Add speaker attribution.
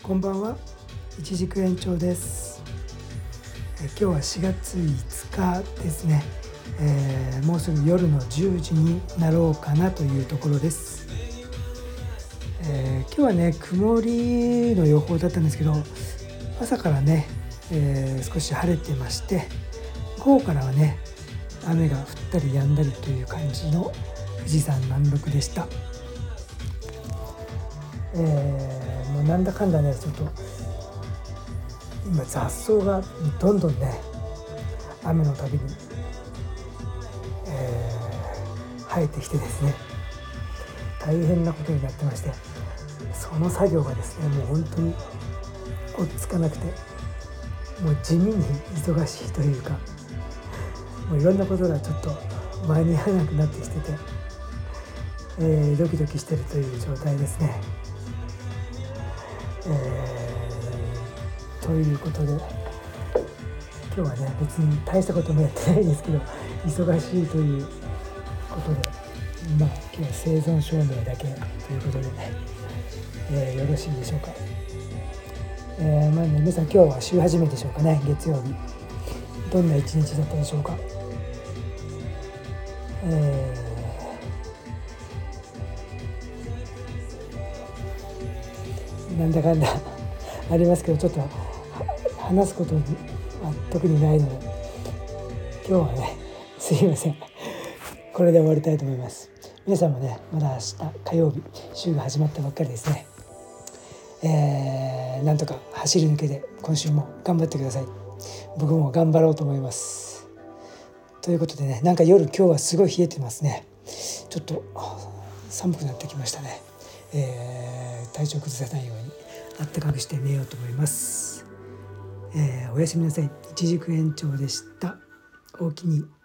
Speaker 1: こんばんは、一軸延長です。今日は4月5日ですね。もうすぐ夜の10時になろうかなというところです。今日はね曇りの予報だったんですけど、朝からね、少し晴れてまして、午後からはね雨が降ったり止んだりという感じの富士山南麓でした。もうなんだかんだね、ちょっと今雑草がどんどんね雨のたびに、生えてきてですね、大変なことになってまして、その作業がですねもう本当に追っつかなくて、もう地味に忙しいというか、もういろんなことがちょっと間に合わなくなってきてて、ドキドキしてるという状態ですね。ということで、今日はね別に大したこともやってないですけど、忙しいということで、今日は生存証明だけということで、よろしいでしょうか。皆さん今日は週始めでしょうかね。月曜日どんな一日だったでしょうか。なんだかんだありますけど、ちょっと話すことは特にないので、今日はねすいません、これで終わりたいと思います。皆さんもねまだ明日火曜日、週が始まったばっかりですね。なんとか走り抜けて今週も頑張ってください。僕も頑張ろうと思います。ということでね、なんか夜今日はすごい冷えてますね。ちょっと寒くなってきましたね。体調崩さないようにあったかくして寝ようと思います。おやすみなさい。一軸延長でした。おおきに。